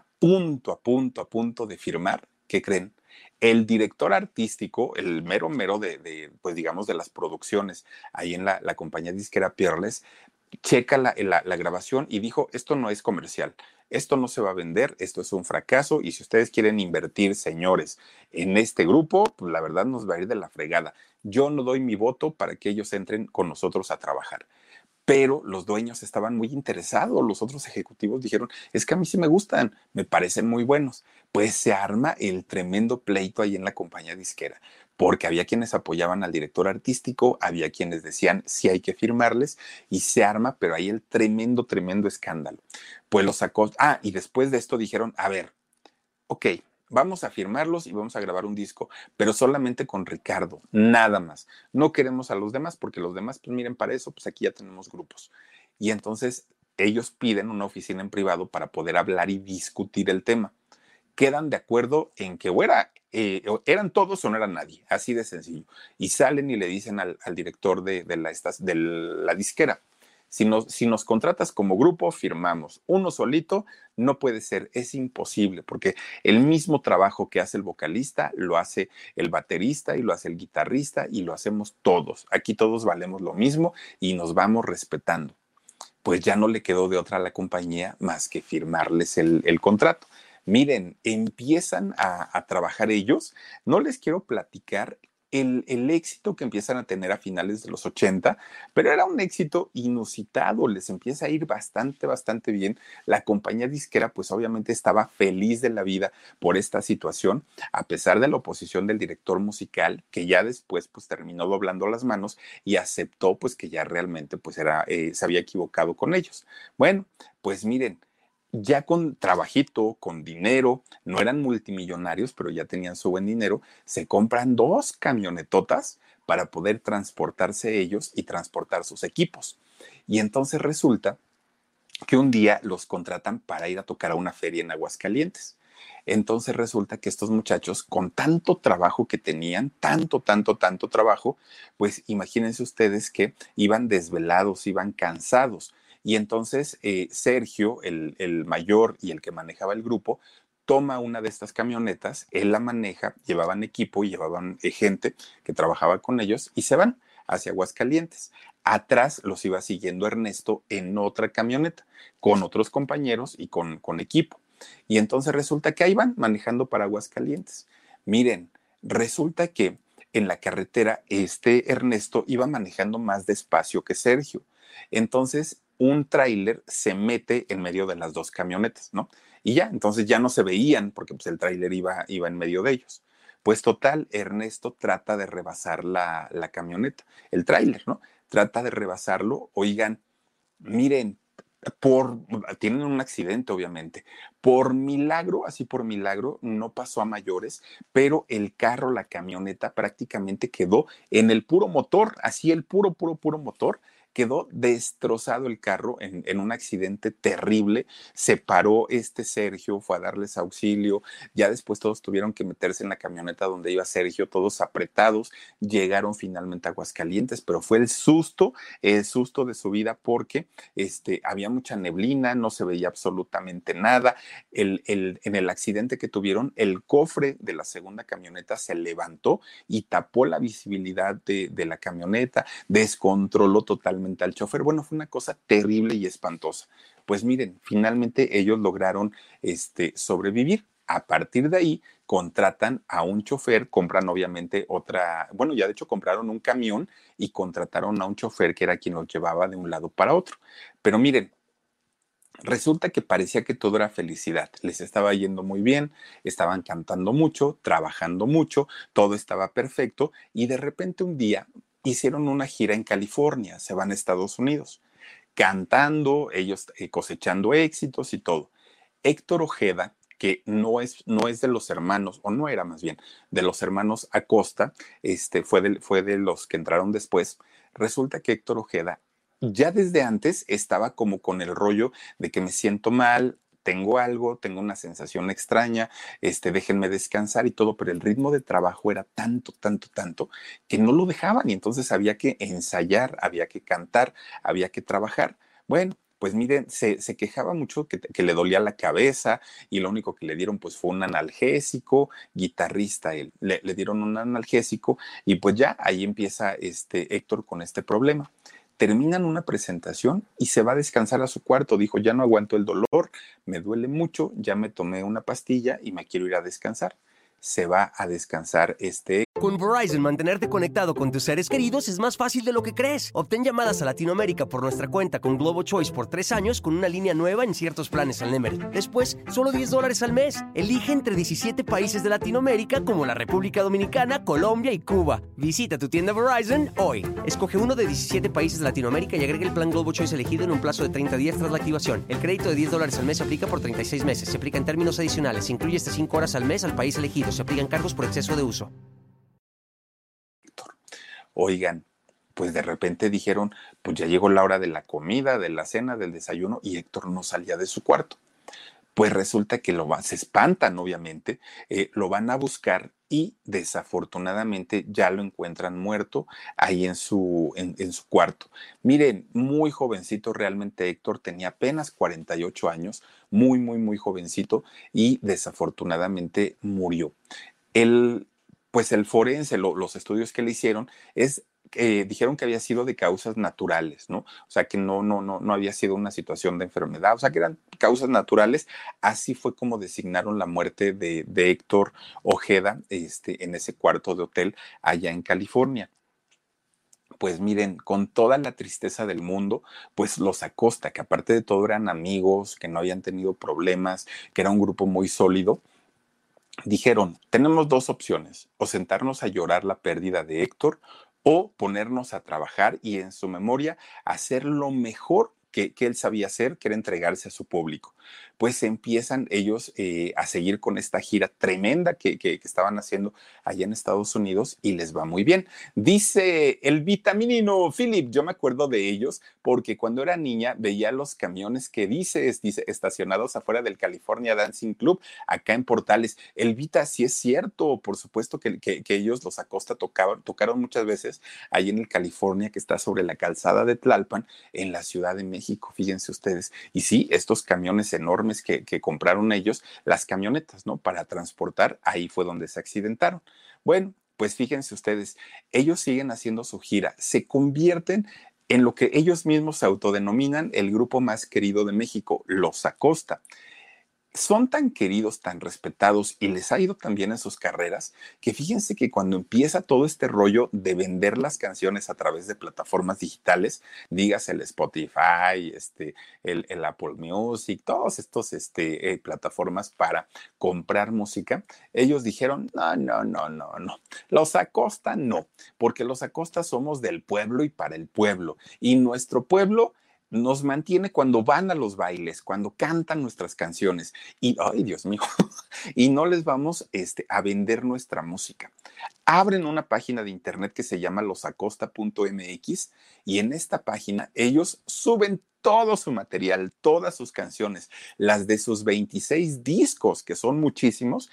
a punto de firmar, ¿qué creen? El director artístico, el mero mero pues digamos, de las producciones ahí en la compañía disquera Peerless, checa la grabación y dijo, esto no es comercial, esto no se va a vender, esto es un fracaso y si ustedes quieren invertir, señores, en este grupo, pues la verdad nos va a ir de la fregada. Yo no doy mi voto para que ellos entren con nosotros a trabajar. Pero los dueños estaban muy interesados, los otros ejecutivos dijeron, es que a mí sí me gustan, me parecen muy buenos. Pues se arma el tremendo pleito ahí en la compañía disquera, porque había quienes apoyaban al director artístico, había quienes decían, sí hay que firmarles, y se arma, pero ahí el tremendo, tremendo escándalo. Pues lo sacó, y después de esto dijeron, a ver, ok, vamos a firmarlos y vamos a grabar un disco, pero solamente con Ricardo, nada más. No queremos a los demás porque los demás, pues miren, para eso, pues aquí ya tenemos grupos. Y entonces ellos piden una oficina en privado para poder hablar y discutir el tema. Quedan de acuerdo en que o eran todos o no eran nadie, así de sencillo. Y salen y le dicen al director de la disquera, si nos contratas como grupo, firmamos. Uno solito no puede ser, es imposible, porque el mismo trabajo que hace el vocalista lo hace el baterista y lo hace el guitarrista y lo hacemos todos. Aquí todos valemos lo mismo y nos vamos respetando. Pues ya no le quedó de otra a la compañía más que firmarles el contrato. Miren, empiezan a trabajar ellos. No les quiero platicar el éxito que empiezan a tener a finales de los 80, pero era un éxito inusitado, les empieza a ir bastante, bastante bien. La compañía disquera pues obviamente estaba feliz de la vida por esta situación, a pesar de la oposición del director musical, que ya después pues terminó doblando las manos y aceptó pues que ya realmente pues se había equivocado con ellos. Bueno, pues miren, ya con trabajito, con dinero, no eran multimillonarios, pero ya tenían su buen dinero, se compran 2 camionetotas para poder transportarse ellos y transportar sus equipos. Y entonces resulta que un día los contratan para ir a tocar a una feria en Aguascalientes. Entonces resulta que estos muchachos, con tanto trabajo que tenían, tanto trabajo, pues imagínense ustedes que iban desvelados, iban cansados. Y entonces Sergio, el mayor y el que manejaba el grupo, toma una de estas camionetas, él la maneja, llevaban equipo y llevaban gente que trabajaba con ellos y se van hacia Aguascalientes. Atrás los iba siguiendo Ernesto en otra camioneta, con otros compañeros y con equipo. Y entonces resulta que ahí van manejando para Aguascalientes. Miren, resulta que en la carretera este Ernesto iba manejando más despacio que Sergio. Entonces un tráiler se mete en medio de las 2 camionetas, ¿no? Y ya, entonces ya no se veían porque pues, el tráiler iba en medio de ellos. Pues total, Ernesto trata de rebasar la camioneta, el tráiler, ¿no? Trata de rebasarlo. Oigan, miren, por, tienen un accidente, obviamente. Por milagro, así por milagro, no pasó a mayores, pero el carro, la camioneta, prácticamente quedó en el puro motor, así el puro motor. Quedó destrozado el carro en un accidente terrible. Se paró este Sergio, fue a darles auxilio. Ya después todos tuvieron que meterse en la camioneta donde iba Sergio, todos apretados. Llegaron finalmente a Aguascalientes, pero fue el susto de su vida porque había mucha neblina, no se veía absolutamente nada. En el accidente que tuvieron, el cofre de la segunda camioneta se levantó y tapó la visibilidad de la camioneta, descontroló totalmente al chofer. Bueno, fue una cosa terrible y espantosa. Pues miren, finalmente ellos lograron sobrevivir. A partir de ahí, contratan a un chofer, compran obviamente bueno, ya de hecho compraron un camión y contrataron a un chofer que era quien los llevaba de un lado para otro. Pero miren, resulta que parecía que todo era felicidad, les estaba yendo muy bien, estaban cantando mucho, trabajando mucho, todo estaba perfecto y de repente un día hicieron una gira en California, se van a Estados Unidos, cantando, ellos cosechando éxitos y todo. Héctor Ojeda, que no es de los hermanos, o no era más bien, de los hermanos Acosta, fue de los que entraron después. Resulta que Héctor Ojeda ya desde antes estaba como con el rollo de que me siento mal, tengo algo, tengo una sensación extraña, déjenme descansar y todo, pero el ritmo de trabajo era tanto, que no lo dejaban y entonces había que ensayar, había que cantar, había que trabajar. Bueno, pues miren, se quejaba mucho que le dolía la cabeza y lo único que le dieron pues fue un analgésico, guitarrista él, le dieron un analgésico y pues ya ahí empieza Héctor con este problema. Terminan una presentación y se va a descansar a su cuarto. Dijo, ya no aguanto el dolor, me duele mucho, ya me tomé una pastilla y me quiero ir a descansar. Se va a descansar Con Verizon, mantenerte conectado con tus seres queridos es más fácil de lo que crees. Obtén llamadas a Latinoamérica por nuestra cuenta con Globo Choice por 3 años con una línea nueva en ciertos planes al Nemery. Después, solo $10 al mes. Elige entre 17 países de Latinoamérica como la República Dominicana, Colombia y Cuba. Visita tu tienda Verizon hoy. Escoge uno de 17 países de Latinoamérica y agrega el plan Globo Choice elegido en un plazo de 30 días tras la activación. El crédito de $10 al mes se aplica por 36 meses. Se aplica en términos adicionales. Se incluye hasta 5 horas al mes al país elegido. Se aplican cargos por exceso de uso. Oigan, pues de repente dijeron, pues ya llegó la hora de la comida, de la cena, del desayuno, y Héctor no salía de su cuarto. Pues resulta que se espantan, obviamente, lo van a buscar y desafortunadamente ya lo encuentran muerto ahí en su cuarto. Miren, muy jovencito, realmente Héctor tenía apenas 48 años, muy jovencito y desafortunadamente murió. Él, pues el forense, los estudios que le hicieron es dijeron que había sido de causas naturales, ¿no? O sea, que no había sido una situación de enfermedad, o sea, que eran causas naturales. Así fue como designaron la muerte de Héctor Ojeda, en ese cuarto de hotel allá en California. Pues miren, con toda la tristeza del mundo, pues los Acosta, que aparte de todo eran amigos, que no habían tenido problemas, que era un grupo muy sólido, dijeron, tenemos dos opciones, o sentarnos a llorar la pérdida de Héctor o ponernos a trabajar y en su memoria hacer lo mejor que él sabía hacer, que era entregarse a su público. Pues empiezan ellos a seguir con esta gira tremenda que estaban haciendo allá en Estados Unidos y les va muy bien. Dice el vitaminino Philip, yo me acuerdo de ellos porque cuando era niña veía los camiones que dice, estacionados afuera del California Dancing Club acá en Portales. El Vita, sí es cierto, por supuesto que ellos, los Acosta, tocaron muchas veces ahí en el California, que está sobre la calzada de Tlalpan, en la Ciudad de México, fíjense ustedes. Y sí, estos camiones enormes que compraron ellos, las camionetas, ¿no? Para transportar, ahí fue donde se accidentaron. Bueno, pues fíjense ustedes, ellos siguen haciendo su gira, se convierten en lo que ellos mismos se autodenominan el grupo más querido de México, los Acosta. Son tan queridos, tan respetados y les ha ido tan bien en sus carreras que fíjense que cuando empieza todo este rollo de vender las canciones a través de plataformas digitales, dígase el Spotify, el Apple Music, todos estos plataformas para comprar música, ellos dijeron, no, los Acosta no, porque los Acosta somos del pueblo y para el pueblo, y nuestro pueblo nos mantiene cuando van a los bailes, cuando cantan nuestras canciones. Y, ay, Dios mío, y no les vamos a vender nuestra música. Abren una página de internet que se llama losacosta.mx y en esta página ellos suben todo su material, todas sus canciones, las de sus 26 discos, que son muchísimos,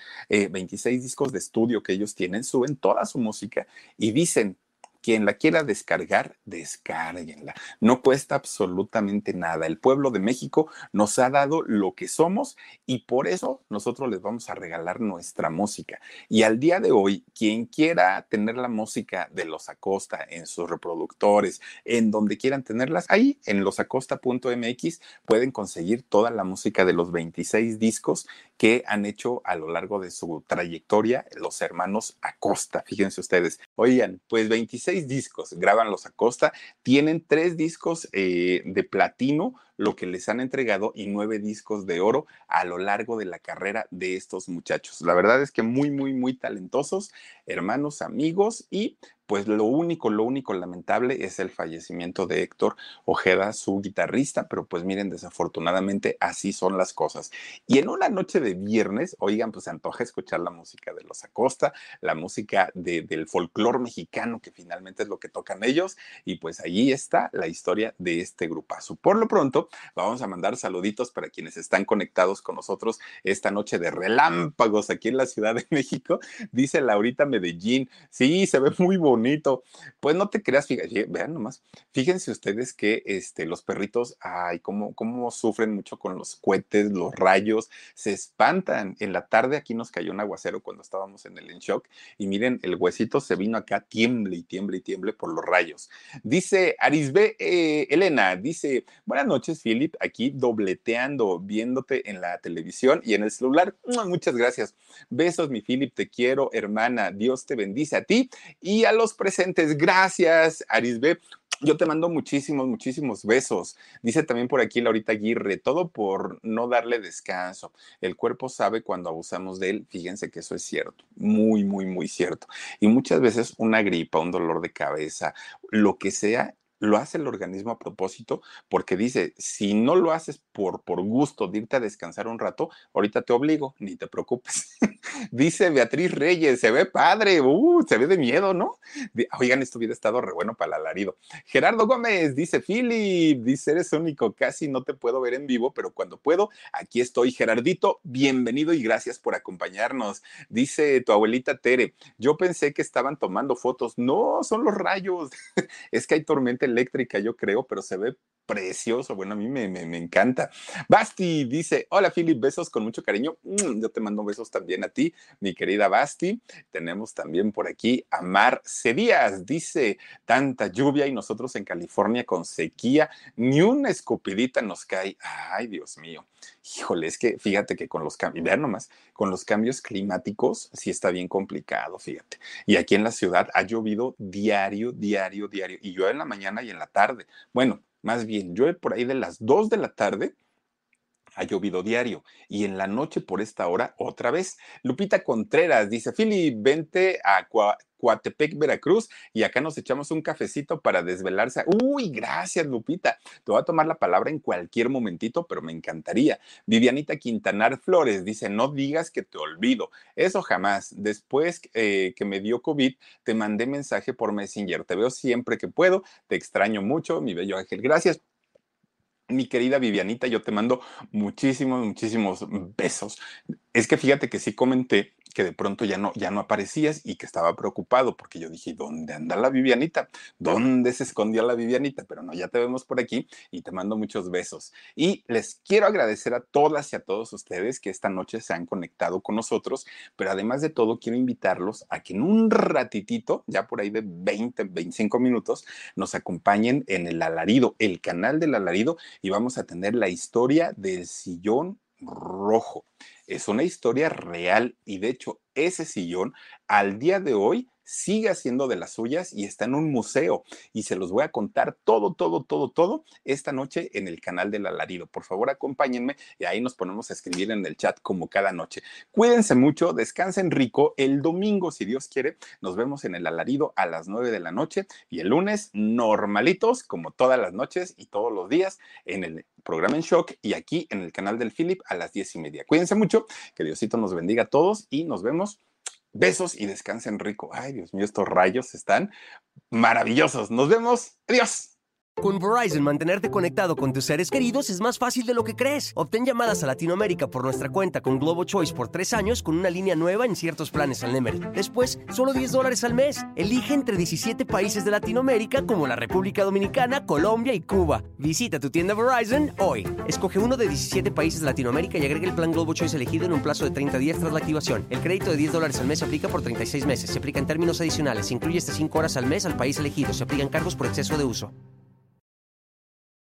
26 discos de estudio que ellos tienen, suben toda su música y dicen, quien la quiera descargar, descárguenla. No cuesta absolutamente nada. El pueblo de México nos ha dado lo que somos y por eso nosotros les vamos a regalar nuestra música. Y al día de hoy, quien quiera tener la música de Los Acosta en sus reproductores, en donde quieran tenerlas, ahí en losacosta.mx pueden conseguir toda la música de los 26 discos que han hecho a lo largo de su trayectoria los hermanos Acosta. Fíjense ustedes. Oigan, pues 26 discos graban los Acosta, tienen 3 discos de platino, lo que les han entregado, y 9 discos de oro a lo largo de la carrera de estos muchachos. La verdad es que muy talentosos, hermanos, amigos, y pues lo único lamentable es el fallecimiento de Héctor Ojeda, su guitarrista, pero pues miren, desafortunadamente así son las cosas. Y en una noche de viernes, oigan, pues se antoja escuchar la música de los Acosta, la música del folclore mexicano, que finalmente es lo que tocan ellos, y pues allí está la historia de este grupazo. Por lo pronto, vamos a mandar saluditos para quienes están conectados con nosotros esta noche de relámpagos aquí en la Ciudad de México. Dice Laurita Medellín, sí, se ve muy bonito. Pues no te creas, fíjate, vean nomás, fíjense ustedes que los perritos, ay, cómo sufren mucho con los cohetes, los rayos, se espantan. En la tarde aquí nos cayó un aguacero cuando estábamos en el En Shock y miren, el huesito se vino acá, tiemble por los rayos. Dice Arisbe Elena, dice, buenas noches, Philip, aquí dobleteando, viéndote en la televisión y en el celular. Muchas gracias. Besos, mi Philip, te quiero, hermana. Dios te bendice a ti y a los presentes. Gracias, Arisbe. Yo te mando muchísimos besos. Dice también por aquí Laurita Aguirre, todo por no darle descanso. El cuerpo sabe cuando abusamos de él. Fíjense que eso es cierto, muy cierto. Y muchas veces una gripa, un dolor de cabeza, lo que sea, lo hace el organismo a propósito porque dice, si no lo haces por gusto de irte a descansar un rato, ahorita te obligo, ni te preocupes. Dice Beatriz Reyes, se ve padre, se ve de miedo, ¿no? Oigan, esto hubiera estado re bueno para el alarido. Gerardo Gómez dice, Philip, dice, eres único, casi no te puedo ver en vivo, pero cuando puedo, aquí estoy. Gerardito, bienvenido y gracias por acompañarnos. Dice tu abuelita Tere, yo pensé que estaban tomando fotos. No, son los rayos. Es que hay tormenta eléctrica, yo creo, pero se ve precioso. Bueno, a mí me encanta. Basti dice, hola Philip, besos con mucho cariño. Yo te mando besos también a ti, mi querida Basti. Tenemos también por aquí a Mar Díaz, dice, tanta lluvia y nosotros en California con sequía, ni una escupidita nos cae. Ay, Dios mío. Híjole, es que fíjate que con los cambios, vean nomás, con los cambios climáticos sí está bien complicado, fíjate. Y aquí en la ciudad ha llovido diario, diario, diario, y llueve en la mañana y en la tarde. Bueno, más bien, llueve por ahí de las 2 de la tarde, ha llovido diario. Y en la noche por esta hora, otra vez. Lupita Contreras dice, Philly, vente a Coatepec, Veracruz, y acá nos echamos un cafecito para desvelarse. Uy, gracias, Lupita. Te voy a tomar la palabra en cualquier momentito, pero me encantaría. Vivianita Quintanar Flores dice, no digas que te olvido. Eso jamás. Después que me dio COVID, te mandé mensaje por Messenger. Te veo siempre que puedo. Te extraño mucho, mi bello ángel. Gracias. Mi querida Vivianita, yo te mando muchísimos, muchísimos besos. Es que fíjate que sí comenté que de pronto ya no aparecías y que estaba preocupado porque yo dije, ¿dónde anda la Vivianita? ¿Dónde se escondió la Vivianita? Pero no, ya te vemos por aquí y te mando muchos besos. Y les quiero agradecer a todas y a todos ustedes que esta noche se han conectado con nosotros, pero además de todo quiero invitarlos a que en un ratitito, ya por ahí de 20, 25 minutos, nos acompañen en el Alarido, el canal del Alarido, y vamos a tener la historia del sillón rojo. Es una historia real y de hecho ese sillón al día de hoy sigue haciendo de las suyas y está en un museo y se los voy a contar todo esta noche en el canal del Alarido. Por favor, acompáñenme y ahí nos ponemos a escribir en el chat como cada noche. Cuídense mucho, descansen rico. El domingo, si Dios quiere, nos vemos en el Alarido a las 9 de la noche y el lunes normalitos como todas las noches y todos los días en el programa En Shock y aquí en el canal del Philip a las 10:30. Cuídense mucho, que Diosito nos bendiga a todos y nos vemos. Besos y descansen rico. Ay, Dios mío, estos rayos están maravillosos. Nos vemos. Adiós. Con Verizon, mantenerte conectado con tus seres queridos es más fácil de lo que crees. Obtén llamadas a Latinoamérica por nuestra cuenta con Globo Choice por 3 años con una línea nueva en ciertos planes al Nemery. Después, solo $10 al mes. Elige entre 17 países de Latinoamérica como la República Dominicana, Colombia y Cuba. Visita tu tienda Verizon hoy. Escoge uno de 17 países de Latinoamérica y agrega el plan Globo Choice elegido en un plazo de 30 días tras la activación. El crédito de $10 al mes se aplica por 36 meses. Se aplica en términos adicionales. Se incluye hasta 5 horas al mes al país elegido. Se aplican cargos por exceso de uso.